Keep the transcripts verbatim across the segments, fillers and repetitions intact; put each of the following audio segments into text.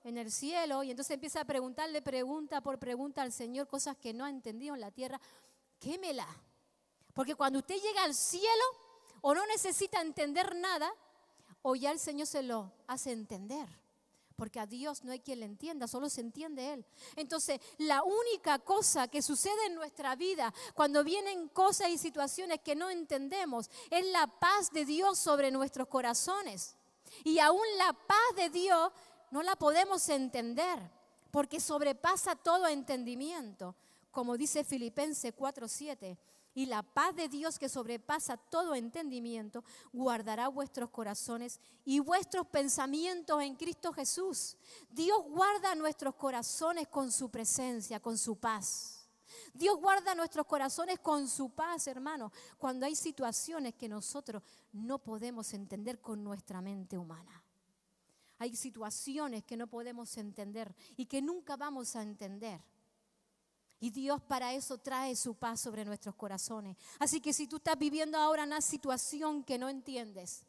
en el cielo y entonces empieza a preguntarle pregunta por pregunta al Señor cosas que no ha entendido en la tierra, quémela. Porque cuando usted llega al cielo o no necesita entender nada o ya el Señor se lo hace entender. Porque a Dios no hay quien le entienda, solo se entiende Él. Entonces, la única cosa que sucede en nuestra vida cuando vienen cosas y situaciones que no entendemos es la paz de Dios sobre nuestros corazones. Y aún la paz de Dios no la podemos entender porque sobrepasa todo entendimiento. Como dice Filipenses cuatro siete. Y la paz de Dios que sobrepasa todo entendimiento guardará vuestros corazones y vuestros pensamientos en Cristo Jesús. Dios guarda nuestros corazones con su presencia, con su paz. Dios guarda nuestros corazones con su paz, hermano, cuando hay situaciones que nosotros no podemos entender con nuestra mente humana. Hay situaciones que no podemos entender y que nunca vamos a entender. Y Dios para eso trae su paz sobre nuestros corazones. Así que si tú estás viviendo ahora una situación que no entiendes,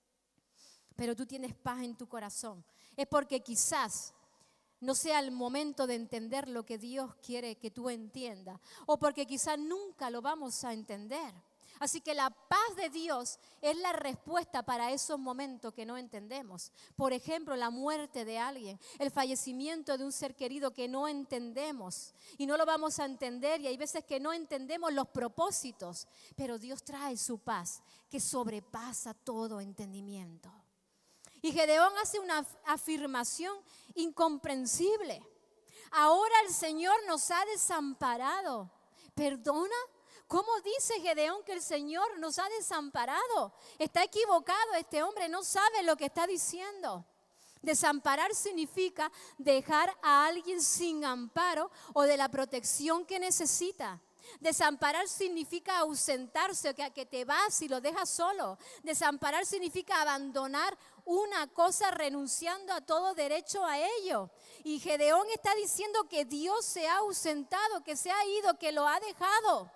pero tú tienes paz en tu corazón, es porque quizás no sea el momento de entender lo que Dios quiere que tú entiendas, o porque quizás nunca lo vamos a entender. Así que la paz de Dios es la respuesta para esos momentos que no entendemos. Por ejemplo, la muerte de alguien, el fallecimiento de un ser querido que no entendemos y no lo vamos a entender y hay veces que no entendemos los propósitos, pero Dios trae su paz que sobrepasa todo entendimiento. Y Gedeón hace una afirmación incomprensible. Ahora el Señor nos ha desamparado. ¿Perdona? ¿Cómo dice Gedeón que el Señor nos ha desamparado? Está equivocado, este hombre no sabe lo que está diciendo. Desamparar significa dejar a alguien sin amparo o de la protección que necesita. Desamparar significa ausentarse, o sea, que te vas y lo dejas solo. Desamparar significa abandonar una cosa renunciando a todo derecho a ello. Y Gedeón está diciendo que Dios se ha ausentado, que se ha ido, que lo ha dejado.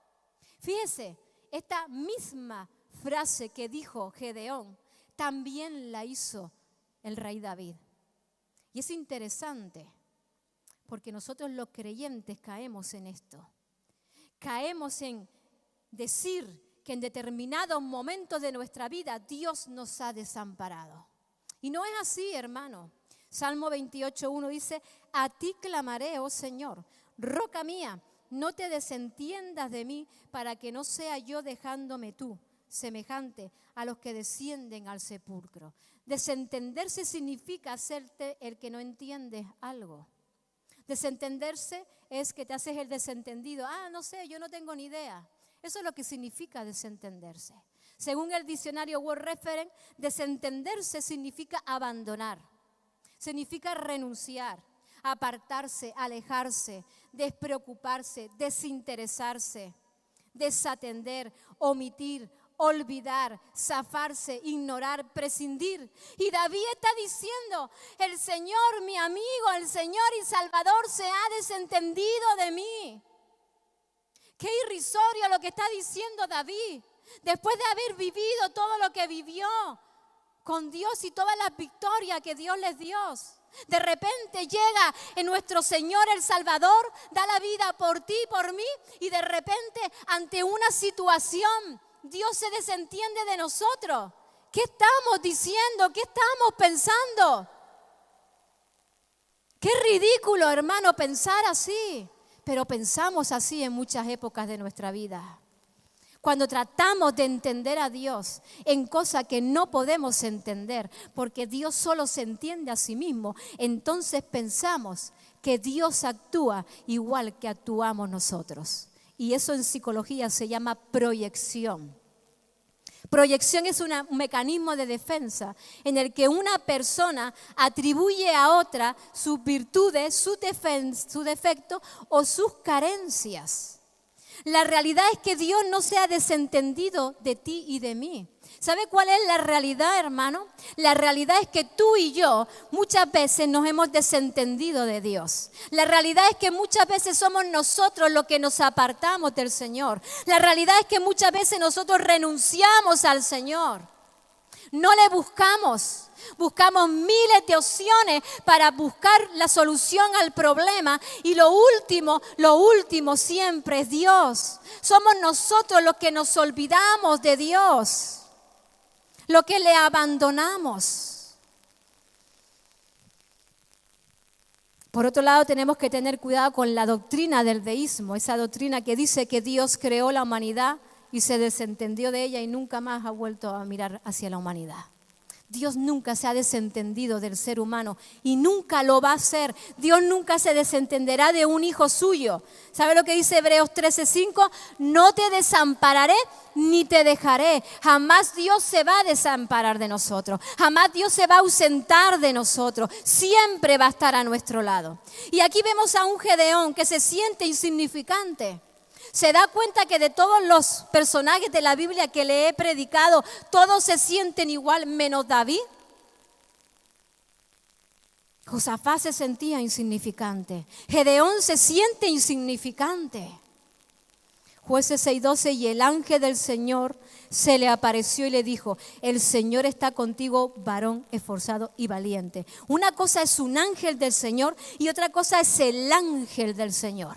Fíjese, esta misma frase que dijo Gedeón también la hizo el rey David. Y es interesante porque nosotros los creyentes caemos en esto. Caemos en decir que en determinados momentos de nuestra vida Dios nos ha desamparado. Y no es así, hermano. Salmo veintiocho uno dice, a ti clamaré, oh Señor, roca mía. No te desentiendas de mí para que no sea yo dejándome tú, semejante a los que descienden al sepulcro. Desentenderse significa hacerte el que no entiendes algo. Desentenderse es que te haces el desentendido. Ah, no sé, yo no tengo ni idea. Eso es lo que significa desentenderse. Según el diccionario Word Reference, desentenderse significa abandonar, significa renunciar, apartarse, alejarse, despreocuparse, desinteresarse, desatender, omitir, olvidar, zafarse, ignorar, prescindir. Y David está diciendo, el Señor, mi amigo, el Señor y Salvador se ha desentendido de mí. Qué irrisorio lo que está diciendo David. Después de haber vivido todo lo que vivió con Dios y todas las victorias que Dios les dio. De repente llega en nuestro Señor el Salvador, da la vida por ti, por mí, y de repente ante una situación Dios se desentiende de nosotros. ¿Qué estamos diciendo? ¿Qué estamos pensando? Qué ridículo, hermano, pensar así. Pero pensamos así en muchas épocas de nuestra vida. Cuando tratamos de entender a Dios en cosas que no podemos entender, porque Dios solo se entiende a sí mismo, entonces pensamos que Dios actúa igual que actuamos nosotros. Y eso en psicología se llama proyección. Proyección es una, un mecanismo de defensa en el que una persona atribuye a otra sus virtudes, su, defen- su defecto o sus carencias. La realidad es que Dios no se ha desentendido de ti y de mí. ¿Sabe cuál es la realidad, hermano? La realidad es que tú y yo muchas veces nos hemos desentendido de Dios. La realidad es que muchas veces somos nosotros los que nos apartamos del Señor. La realidad es que muchas veces nosotros renunciamos al Señor. No le buscamos. Buscamos miles de opciones para buscar la solución al problema y lo último, lo último siempre es Dios. Somos nosotros los que nos olvidamos de Dios, los que le abandonamos. Por otro lado, tenemos que tener cuidado con la doctrina del deísmo, esa doctrina que dice que Dios creó la humanidad y se desentendió de ella y nunca más ha vuelto a mirar hacia la humanidad. Dios nunca se ha desentendido del ser humano y nunca lo va a hacer. Dios nunca se desentenderá de un hijo suyo. ¿Sabe lo que dice Hebreos trece cinco? No te desampararé ni te dejaré. Jamás Dios se va a desamparar de nosotros. Jamás Dios se va a ausentar de nosotros. Siempre va a estar a nuestro lado. Y aquí vemos a un Gedeón que se siente insignificante. ¿Se da cuenta que de todos los personajes de la Biblia que le he predicado, todos se sienten igual menos David? Josafat se sentía insignificante. Gedeón se siente insignificante. Jueces seis doce, y el ángel del Señor se le apareció y le dijo, el Señor está contigo, varón esforzado y valiente. Una cosa es un ángel del Señor y otra cosa es el ángel del Señor.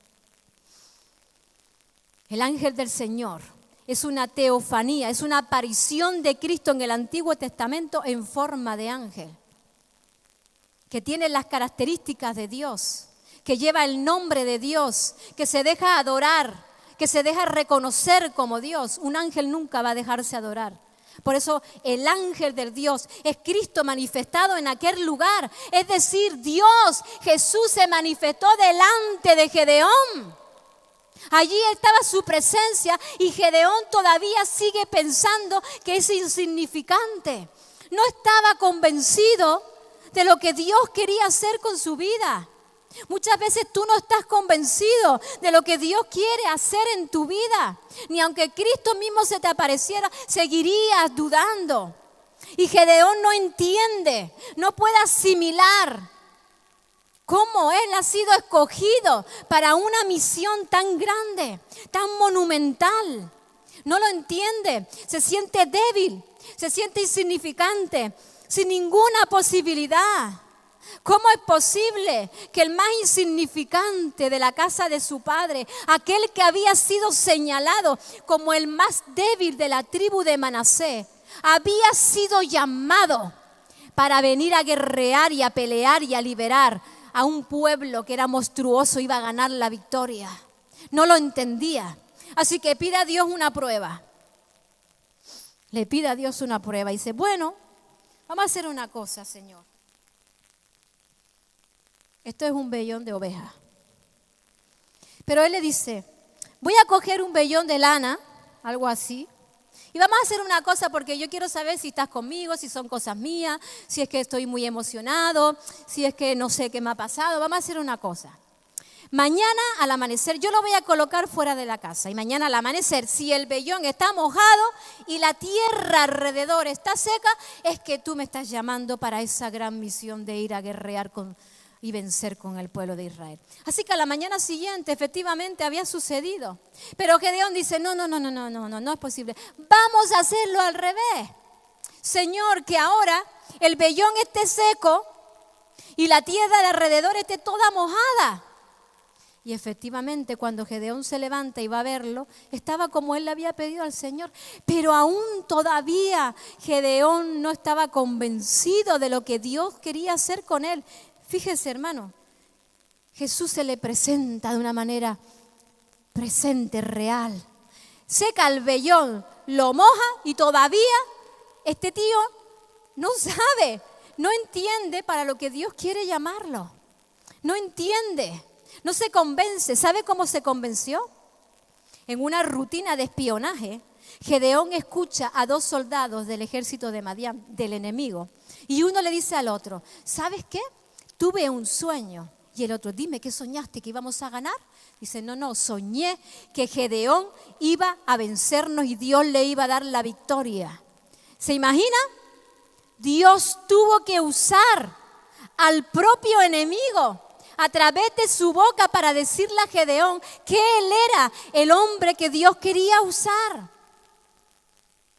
El ángel del Señor es una teofanía, es una aparición de Cristo en el Antiguo Testamento en forma de ángel, que tiene las características de Dios, que lleva el nombre de Dios, que se deja adorar, que se deja reconocer como Dios. Un ángel nunca va a dejarse adorar. Por eso el ángel del Dios es Cristo manifestado en aquel lugar. Es decir, Dios, Jesús se manifestó delante de Gedeón. Allí estaba su presencia y Gedeón todavía sigue pensando que es insignificante. No estaba convencido de lo que Dios quería hacer con su vida. Muchas veces tú no estás convencido de lo que Dios quiere hacer en tu vida. Ni aunque Cristo mismo se te apareciera, seguirías dudando. Y Gedeón no entiende, no puede asimilar cómo él ha sido escogido para una misión tan grande, tan monumental. No lo entiende, se siente débil, se siente insignificante, sin ninguna posibilidad. ¿Cómo es posible que el más insignificante de la casa de su padre, aquel que había sido señalado como el más débil de la tribu de Manasés, había sido llamado para venir a guerrear y a pelear y a liberar a un pueblo que era monstruoso, iba a ganar la victoria? No lo entendía. Así que pide a Dios una prueba. Le pide a Dios una prueba y dice, bueno, vamos a hacer una cosa, Señor. Esto es un vellón de oveja. Pero él le dice, voy a coger un vellón de lana, algo así, y vamos a hacer una cosa porque yo quiero saber si estás conmigo, si son cosas mías, si es que estoy muy emocionado, si es que no sé qué me ha pasado. Vamos a hacer una cosa. Mañana al amanecer yo lo voy a colocar fuera de la casa y mañana al amanecer, si el vellón está mojado y la tierra alrededor está seca, es que tú me estás llamando para esa gran misión de ir a guerrear con y vencer con el pueblo de Israel. Así que a la mañana siguiente efectivamente había sucedido. Pero Gedeón dice, no, no, no, no, no, no, no, no es posible. Vamos a hacerlo al revés. Señor, que ahora el vellón esté seco y la tierra de alrededor esté toda mojada. Y efectivamente cuando Gedeón se levanta y va a verlo, estaba como él le había pedido al Señor. Pero aún todavía Gedeón no estaba convencido de lo que Dios quería hacer con él. Fíjese, hermano, Jesús se le presenta de una manera presente, real. Seca el vellón, lo moja y todavía este tío no sabe, no entiende para lo que Dios quiere llamarlo. No entiende, no se convence. ¿Sabe cómo se convenció? En una rutina de espionaje, Gedeón escucha a dos soldados del ejército de Madián, del enemigo, y uno le dice al otro, ¿sabes qué? Tuve un sueño. Y el otro, dime, ¿qué soñaste? ¿Que íbamos a ganar? Dice, no, no, soñé que Gedeón iba a vencernos y Dios le iba a dar la victoria. ¿Se imagina? Dios tuvo que usar al propio enemigo a través de su boca para decirle a Gedeón que él era el hombre que Dios quería usar.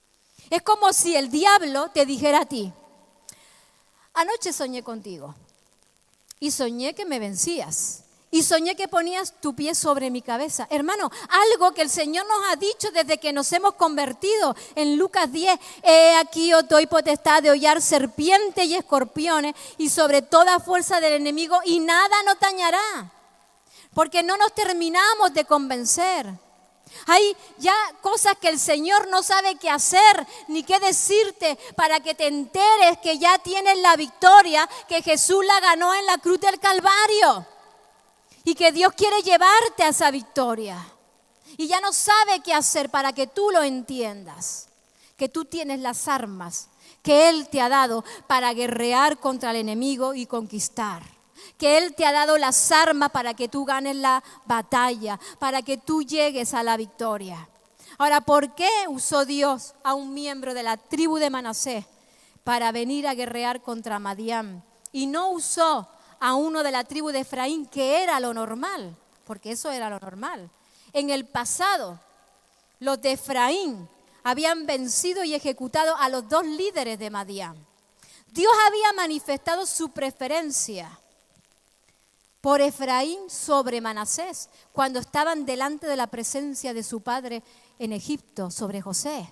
Es como si el diablo te dijera a ti: anoche soñé contigo y soñé que me vencías y soñé que ponías tu pie sobre mi cabeza. Hermano, algo que el Señor nos ha dicho desde que nos hemos convertido en Lucas diez. He aquí os doy potestad de hollar serpientes y escorpiones y sobre toda fuerza del enemigo y nada nos dañará. Porque no nos terminamos de convencer. Hay ya cosas que el Señor no sabe qué hacer ni qué decirte para que te enteres que ya tienes la victoria, que Jesús la ganó en la cruz del Calvario y que Dios quiere llevarte a esa victoria. Y ya no sabe qué hacer para que tú lo entiendas, que tú tienes las armas que Él te ha dado para guerrear contra el enemigo y conquistar. Que Él te ha dado las armas para que tú ganes la batalla, para que tú llegues a la victoria. Ahora, ¿por qué usó Dios a un miembro de la tribu de Manasés para venir a guerrear contra Madián? Y no usó a uno de la tribu de Efraín, que era lo normal, porque eso era lo normal. En el pasado, los de Efraín habían vencido y ejecutado a los dos líderes de Madián. Dios había manifestado su preferencia por Efraín sobre Manasés, cuando estaban delante de la presencia de su padre en Egipto, sobre José.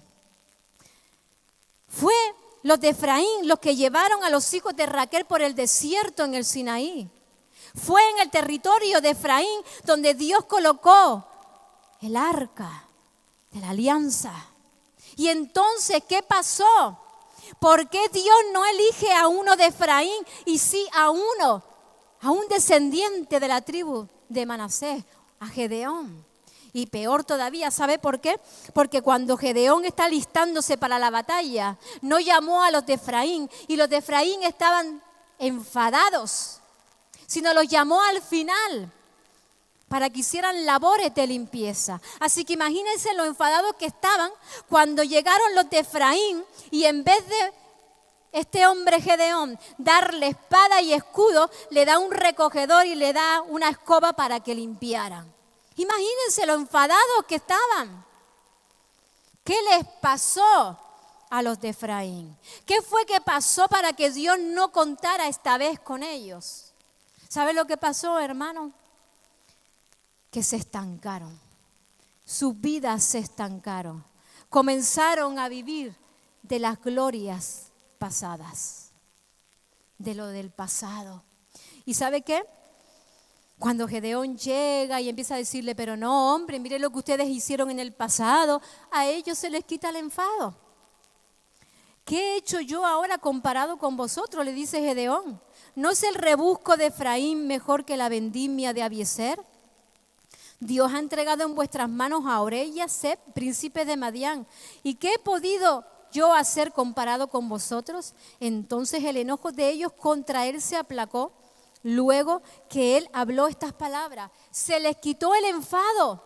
Fue los de Efraín los que llevaron a los hijos de Raquel por el desierto en el Sinaí. Fue en el territorio de Efraín donde Dios colocó el arca de la alianza. Y entonces, ¿qué pasó? ¿Por qué Dios no elige a uno de Efraín y sí a uno, a un descendiente de la tribu de Manasés, a Gedeón? Y peor todavía, ¿sabe por qué? Porque cuando Gedeón está alistándose para la batalla, no llamó a los de Efraín, y los de Efraín estaban enfadados, sino los llamó al final para que hicieran labores de limpieza. Así que imagínense lo enfadados que estaban cuando llegaron los de Efraín, y en vez de este hombre Gedeón darle espada y escudo, le da un recogedor y le da una escoba para que limpiaran. Imagínense lo enfadados que estaban. ¿Qué les pasó a los de Efraín? ¿Qué fue que pasó para que Dios no contara esta vez con ellos? ¿Sabe lo que pasó, hermano? Que se estancaron. Sus vidas se estancaron. Comenzaron a vivir de las glorias pasadas, de lo del pasado. ¿Y sabe qué? Cuando Gedeón llega y empieza a decirle: pero no, hombre, mire lo que ustedes hicieron en el pasado, a ellos se les quita el enfado. ¿Qué he hecho yo ahora comparado con vosotros?, le dice Gedeón. ¿No es el rebusco de Efraín mejor que la vendimia de Abiezer? Dios ha entregado en vuestras manos a Oreb y a Seb, príncipes de Madián. ¿Y qué he podido yo hacer comparado con vosotros? Entonces el enojo de ellos contra él se aplacó. Luego que él habló estas palabras, se les quitó el enfado.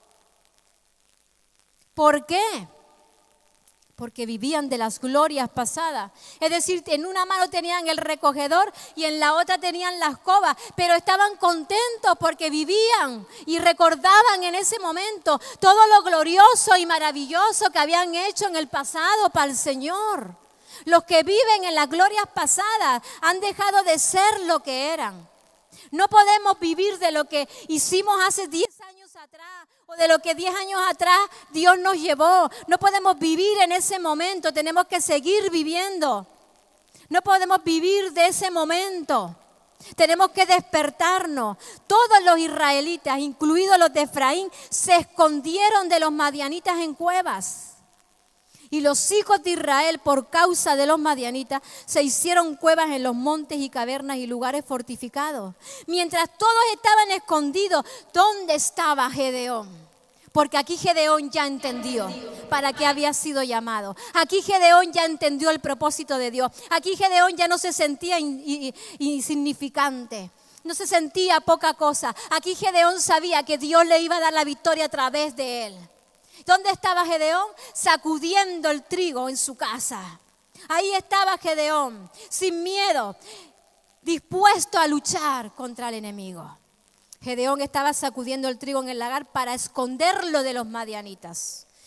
¿Por qué? Porque vivían de las glorias pasadas. Es decir, en una mano tenían el recogedor y en la otra tenían la escoba, pero estaban contentos porque vivían y recordaban en ese momento todo lo glorioso y maravilloso que habían hecho en el pasado para el Señor. Los que viven en las glorias pasadas han dejado de ser lo que eran. No podemos vivir de lo que hicimos hace diez años atrás o de lo que diez años atrás Dios nos llevó. No podemos vivir en ese momento, tenemos que seguir viviendo. No podemos vivir de ese momento. Tenemos que despertarnos. Todos los israelitas, incluidos los de Efraín, se escondieron de los madianitas en cuevas. Y los hijos de Israel, por causa de los madianitas, se hicieron cuevas en los montes y cavernas y lugares fortificados. Mientras todos estaban escondidos, ¿dónde estaba Gedeón? Porque aquí Gedeón ya entendió para qué había sido llamado. Aquí Gedeón ya entendió el propósito de Dios. Aquí Gedeón ya no se sentía in, in, insignificante. No se sentía poca cosa. Aquí Gedeón sabía que Dios le iba a dar la victoria a través de él. ¿Dónde estaba Gedeón? Sacudiendo el trigo en su casa. Ahí estaba Gedeón, sin miedo, dispuesto a luchar contra el enemigo. Gedeón estaba sacudiendo el trigo en el lagar para esconderlo de los madianitas.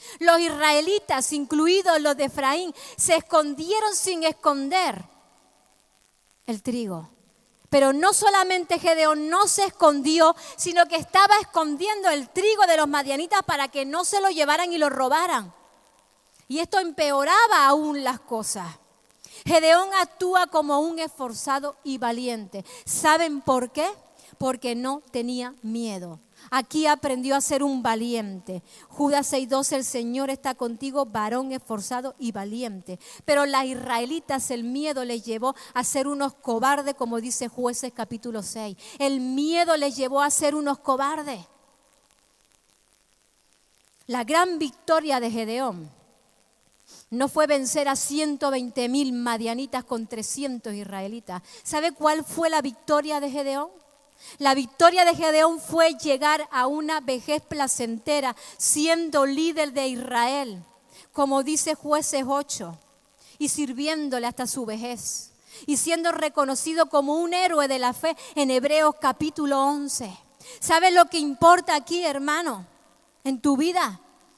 Los israelitas, incluidos los de Efraín, se escondieron sin esconder el trigo. Pero no solamente Gedeón no se escondió, sino que estaba escondiendo el trigo de los madianitas para que no se lo llevaran y lo robaran. Y esto empeoraba aún las cosas. Gedeón actúa como un esforzado y valiente. ¿Saben por qué? Porque no tenía miedo. Aquí aprendió a ser un valiente. Judas seis doce, el Señor está contigo, varón esforzado y valiente. Pero las israelitas el miedo les llevó a ser unos cobardes, como dice Jueces capítulo seis. El miedo les llevó a ser unos cobardes. La gran victoria de Gedeón no fue vencer a ciento veinte mil madianitas con trescientos israelitas. ¿Sabe cuál fue la victoria de Gedeón? La victoria de Gedeón fue llegar a una vejez placentera siendo líder de Israel, como dice Jueces ocho, y sirviéndole hasta su vejez, y siendo reconocido como un héroe de la fe en Hebreos capítulo once. ¿Sabes lo que importa aquí, hermano, en tu vida?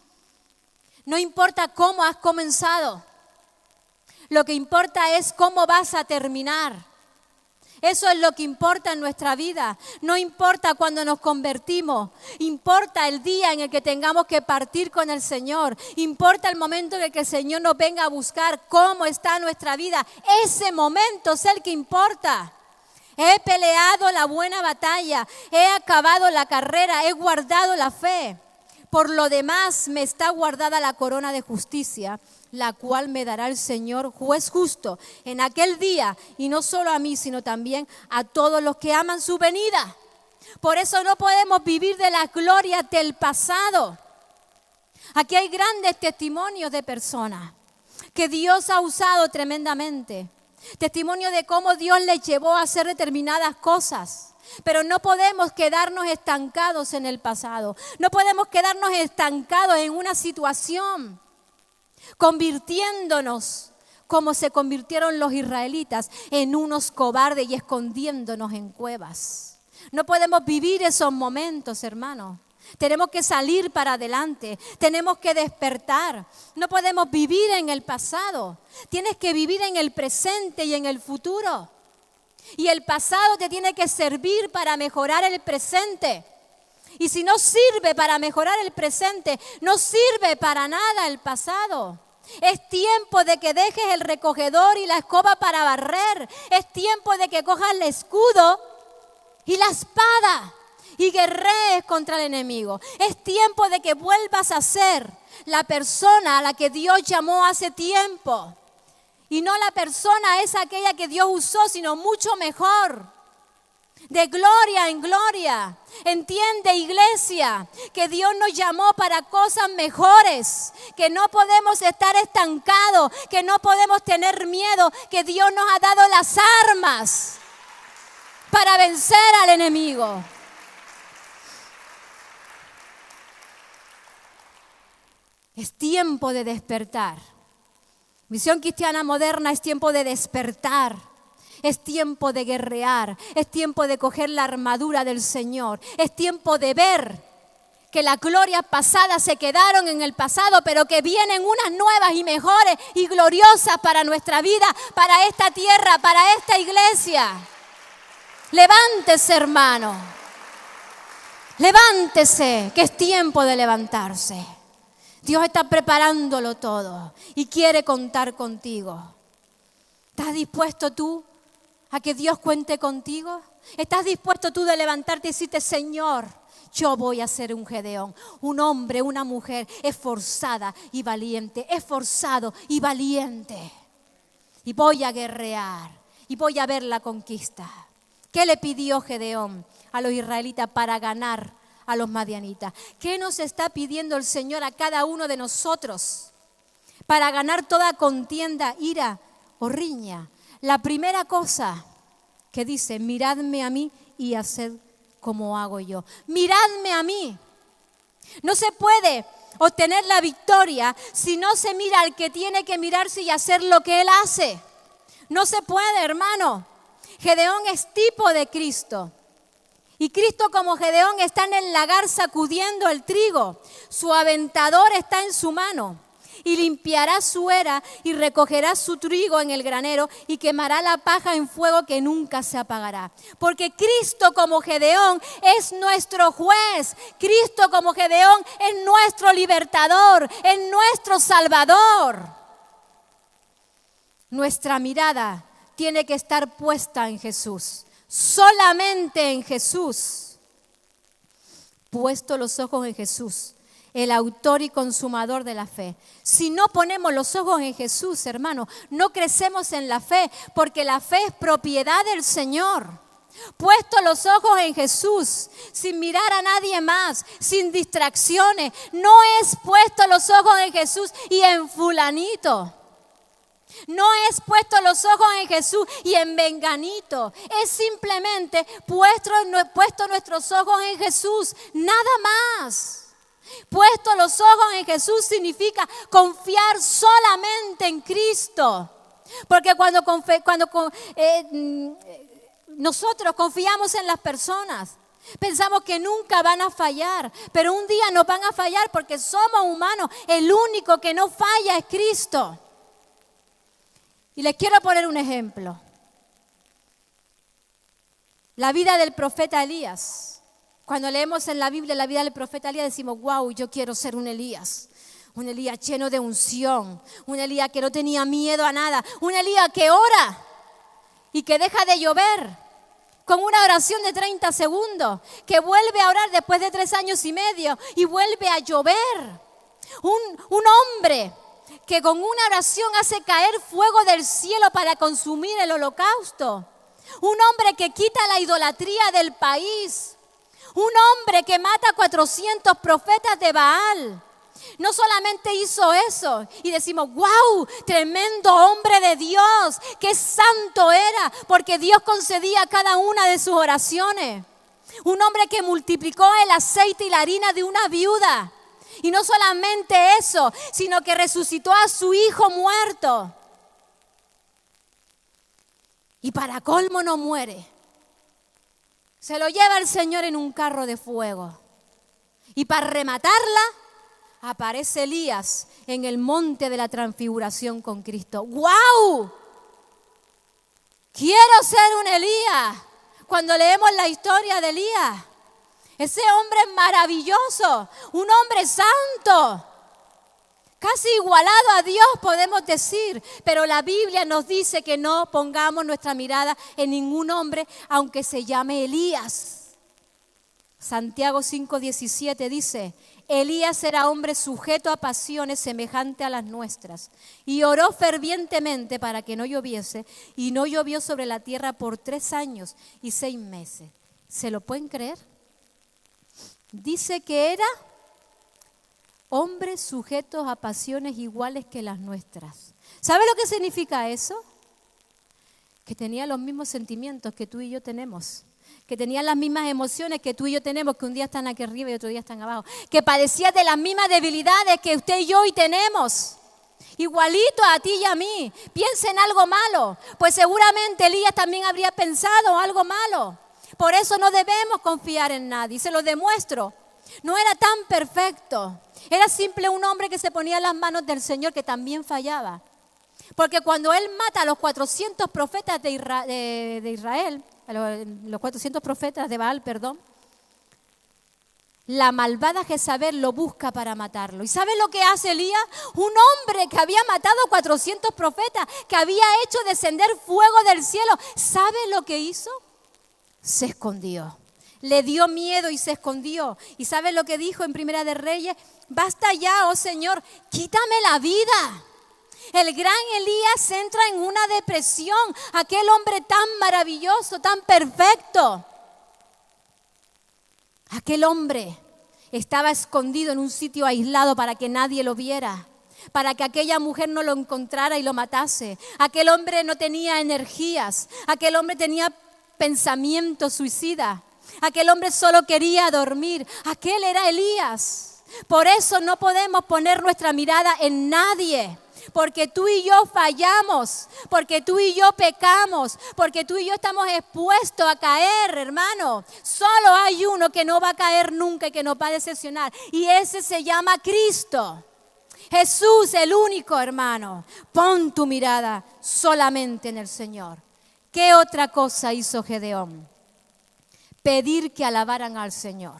No importa cómo has comenzado, lo que importa es cómo vas a terminar. Eso es lo que importa en nuestra vida. No importa cuando nos convertimos, importa el día en el que tengamos que partir con el Señor, importa el momento en el que el Señor nos venga a buscar cómo está nuestra vida. Ese momento es el que importa. He peleado la buena batalla, he acabado la carrera, he guardado la fe. Por lo demás me está guardada la corona de justicia, la cual me dará el Señor, juez justo, en aquel día, y no solo a mí, sino también a todos los que aman su venida. Por eso no podemos vivir de las glorias del pasado. Aquí hay grandes testimonios de personas que Dios ha usado tremendamente. Testimonio de cómo Dios les llevó a hacer determinadas cosas. Pero no podemos quedarnos estancados en el pasado. No podemos quedarnos estancados en una situación, convirtiéndonos, como se convirtieron los israelitas, en unos cobardes y escondiéndonos en cuevas. No podemos vivir esos momentos, hermanos. Tenemos que salir para adelante, tenemos que despertar. No podemos vivir en el pasado. Tienes que vivir en el presente y en el futuro. Y el pasado te tiene que servir para mejorar el presente. Y si no sirve para mejorar el presente, no sirve para nada el pasado. Es tiempo de que dejes el recogedor y la escoba para barrer. Es tiempo de que cojas el escudo y la espada y guerrees contra el enemigo. Es tiempo de que vuelvas a ser la persona a la que Dios llamó hace tiempo. Y no la persona es aquella que Dios usó, sino mucho mejor. De gloria en gloria. Entiende, iglesia, que Dios nos llamó para cosas mejores. Que no podemos estar estancados, que no podemos tener miedo, que Dios nos ha dado las armas para vencer al enemigo. Es tiempo de despertar. Misión Cristiana Moderna es tiempo de despertar, es tiempo de guerrear, es tiempo de coger la armadura del Señor, es tiempo de ver que las glorias pasadas se quedaron en el pasado, pero que vienen unas nuevas y mejores y gloriosas para nuestra vida, para esta tierra, para esta iglesia. Levántese, hermano, levántese, que es tiempo de levantarse. Dios está preparándolo todo y quiere contar contigo. ¿Estás dispuesto tú a que Dios cuente contigo? ¿Estás dispuesto tú de levantarte y decirte, Señor, yo voy a ser un Gedeón, un hombre, una mujer esforzada y valiente, esforzado y valiente? Y voy a guerrear y voy a ver la conquista. ¿Qué le pidió Gedeón a los israelitas para ganar a los madianitas? ¿Qué nos está pidiendo el Señor a cada uno de nosotros para ganar toda contienda, ira o riña? La primera cosa que dice, miradme a mí y haced como hago yo. Miradme a mí. No se puede obtener la victoria si no se mira al que tiene que mirarse y hacer lo que él hace. No se puede, hermano. Gedeón es tipo de Cristo. Y Cristo como Gedeón está en el lagar sacudiendo el trigo. Su aventador está en su mano. Y limpiará su era y recogerá su trigo en el granero y quemará la paja en fuego que nunca se apagará. Porque Cristo como Gedeón es nuestro juez. Cristo como Gedeón es nuestro libertador, es nuestro salvador. Nuestra mirada tiene que estar puesta en Jesús, solamente en Jesús. Puesto los ojos en Jesús, el autor y consumador de la fe. Si no ponemos los ojos en Jesús, hermano, no crecemos en la fe, porque la fe es propiedad del Señor. Puesto los ojos en Jesús, sin mirar a nadie más, sin distracciones. No es puesto los ojos en Jesús y en fulanito. No es puesto los ojos en Jesús y en menganito. Es simplemente puesto, puesto nuestros ojos en Jesús, nada más. Puesto los ojos en Jesús significa confiar solamente en Cristo. Porque cuando, confe, cuando eh, nosotros confiamos en las personas, pensamos que nunca van a fallar, pero un día nos van a fallar porque somos humanos. El único que no falla es Cristo. Y les quiero poner un ejemplo. La vida del profeta Elías. Cuando leemos en la Biblia la vida del profeta Elías decimos, wow, yo quiero ser un Elías. Un Elías lleno de unción. Un Elías que no tenía miedo a nada. Un Elías que ora y que deja de llover con una oración de treinta segundos. Que vuelve a orar después de tres años y medio y vuelve a llover. Un, un hombre que con una oración hace caer fuego del cielo para consumir el holocausto. Un hombre que quita la idolatría del país. Un hombre que mata a cuatrocientos profetas de Baal. No solamente hizo eso y decimos, wow, tremendo hombre de Dios, qué santo era, porque Dios concedía cada una de sus oraciones. Un hombre que multiplicó el aceite y la harina de una viuda. Y no solamente eso, sino que resucitó a su hijo muerto. Y para colmo no muere. Se lo lleva el Señor en un carro de fuego. Y para rematarla, aparece Elías en el monte de la transfiguración con Cristo. ¡Guau! Quiero ser un Elías. Cuando leemos la historia de Elías, ese hombre es maravilloso, un hombre santo. Casi igualado a Dios podemos decir, pero la Biblia nos dice que no pongamos nuestra mirada en ningún hombre, aunque se llame Elías. Santiago cinco diecisiete dice, Elías era hombre sujeto a pasiones semejante a las nuestras, y oró fervientemente para que no lloviese, y no llovió sobre la tierra por tres años y seis meses. ¿Se lo pueden creer? Dice que era hombres sujetos a pasiones iguales que las nuestras. ¿Sabe lo que significa eso? Que tenía los mismos sentimientos que tú y yo tenemos. Que tenía las mismas emociones que tú y yo tenemos, que un día están aquí arriba y otro día están abajo. Que padecía de las mismas debilidades que usted y yo hoy tenemos. Igualito a ti y a mí. Piensa en algo malo. Pues seguramente Elías también habría pensado algo malo. Por eso no debemos confiar en nadie. Se lo demuestro. No era tan perfecto. Era simple un hombre que se ponía en las manos del Señor, que también fallaba. Porque cuando él mata a los cuatrocientos profetas de, Isra- de, de Israel, a los, los cuatrocientos profetas de Baal, perdón, la malvada Jezabel lo busca para matarlo. ¿Y sabe lo que hace Elías? Un hombre que había matado a cuatrocientos profetas, que había hecho descender fuego del cielo. ¿Sabe lo que hizo? Se escondió. Le dio miedo y se escondió. ¿Y sabe lo que dijo en Primera de Reyes? Basta ya, oh Señor, quítame la vida. El gran Elías entra en una depresión. Aquel hombre tan maravilloso, tan perfecto. Aquel hombre estaba escondido en un sitio aislado para que nadie lo viera. Para que aquella mujer no lo encontrara y lo matase. Aquel hombre no tenía energías. Aquel hombre tenía pensamiento suicida. Aquel hombre solo quería dormir. Aquel era Elías. Por eso no podemos poner nuestra mirada en nadie. Porque tú y yo fallamos, porque tú y yo pecamos, porque tú y yo estamos expuestos a caer, hermano. Solo hay uno que no va a caer nunca y que nos va a decepcionar. Y ese se llama Cristo. Jesús, el único, hermano. Pon tu mirada solamente en el Señor. ¿Qué otra cosa hizo Gedeón? Pedir que alabaran al Señor.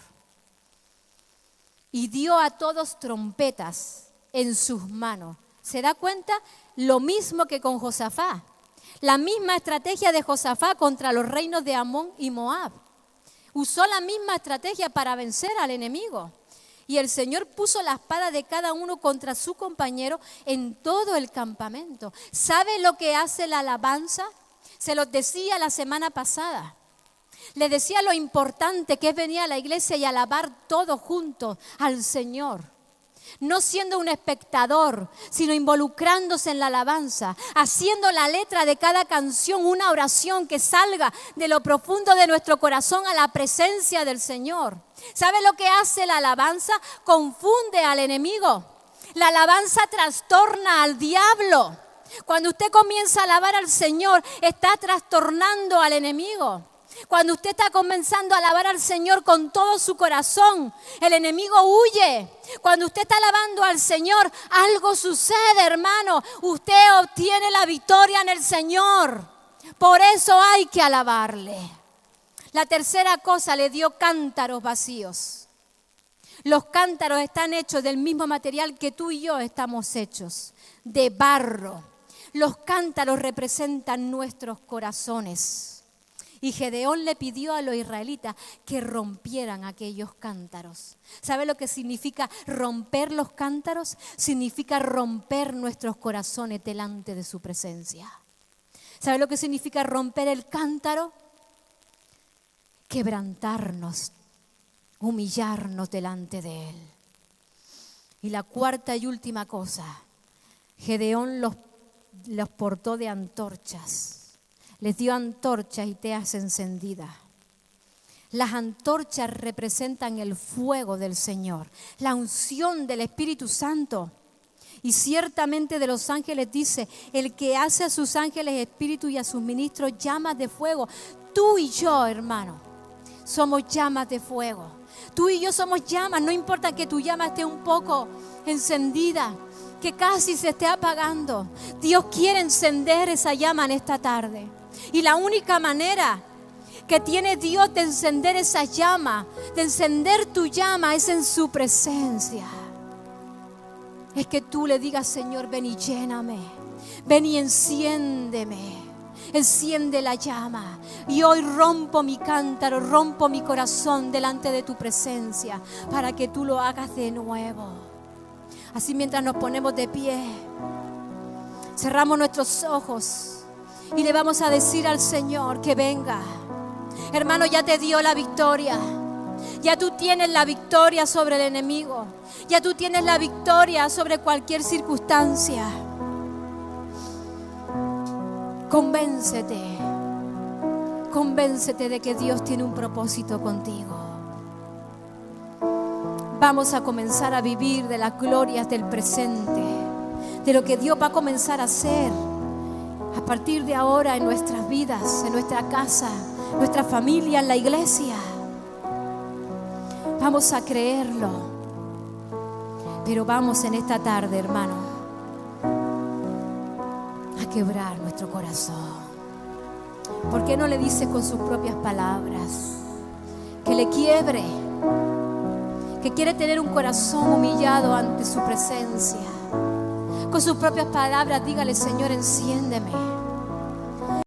Y dio a todos trompetas en sus manos. ¿Se da cuenta? Lo mismo que con Josafat. La misma estrategia de Josafat contra los reinos de Amón y Moab. Usó la misma estrategia para vencer al enemigo. Y el Señor puso la espada de cada uno contra su compañero en todo el campamento. ¿Sabe lo que hace la alabanza? Se los decía la semana pasada. Les decía lo importante que es venir a la iglesia y alabar todos juntos al Señor. No siendo un espectador, sino involucrándose en la alabanza, haciendo la letra de cada canción una oración que salga de lo profundo de nuestro corazón a la presencia del Señor. ¿Sabe lo que hace la alabanza? Confunde al enemigo. La alabanza trastorna al diablo. Cuando usted comienza a alabar al Señor, está trastornando al enemigo. Cuando usted está comenzando a alabar al Señor con todo su corazón, el enemigo huye. Cuando usted está alabando al Señor, algo sucede, hermano. Usted obtiene la victoria en el Señor. Por eso hay que alabarle. La tercera cosa, le dio cántaros vacíos. Los cántaros están hechos del mismo material que tú y yo estamos hechos, de barro. Los cántaros representan nuestros corazones. Y Gedeón le pidió a los israelitas que rompieran aquellos cántaros. ¿Sabe lo que significa romper los cántaros? Significa romper nuestros corazones delante de su presencia. ¿Sabe lo que significa romper el cántaro? Quebrantarnos, humillarnos delante de Él. Y la cuarta y última cosa, Gedeón los, los portó de antorchas. Les dio antorchas y teas encendidas. Las antorchas representan el fuego del Señor, la unción del Espíritu Santo. Y ciertamente de los ángeles dice, el que hace a sus ángeles espíritu y a sus ministros llamas de fuego. Tú y yo, hermano, somos llamas de fuego. Tú y yo somos llamas, no importa que tu llama esté un poco encendida, que casi se esté apagando. Dios quiere encender esa llama en esta tarde. Y la única manera que tiene Dios de encender esa llama, de encender tu llama, es en su presencia. Es que tú le digas, Señor, ven y lléname, ven y enciéndeme, enciende la llama. Y hoy rompo mi cántaro, rompo mi corazón delante de tu presencia, para que tú lo hagas de nuevo. Así mientras nos ponemos de pie, cerramos nuestros ojos y le vamos a decir al Señor que venga. Hermano, ya te dio la victoria. Ya tú tienes la victoria sobre el enemigo. Ya tú tienes la victoria sobre cualquier circunstancia. Convéncete. Convéncete de que Dios tiene un propósito contigo. Vamos a comenzar a vivir de las glorias del presente, de lo que Dios va a comenzar a hacer a partir de ahora en nuestras vidas, en nuestra casa, nuestra familia, en la iglesia. Vamos a creerlo. Pero vamos en esta tarde, hermano, a quebrar nuestro corazón. ¿Por qué no le dice con sus propias palabras que le quiebre? Que quiere tener un corazón humillado ante su presencia. Con sus propias palabras dígale, Señor, enciéndeme.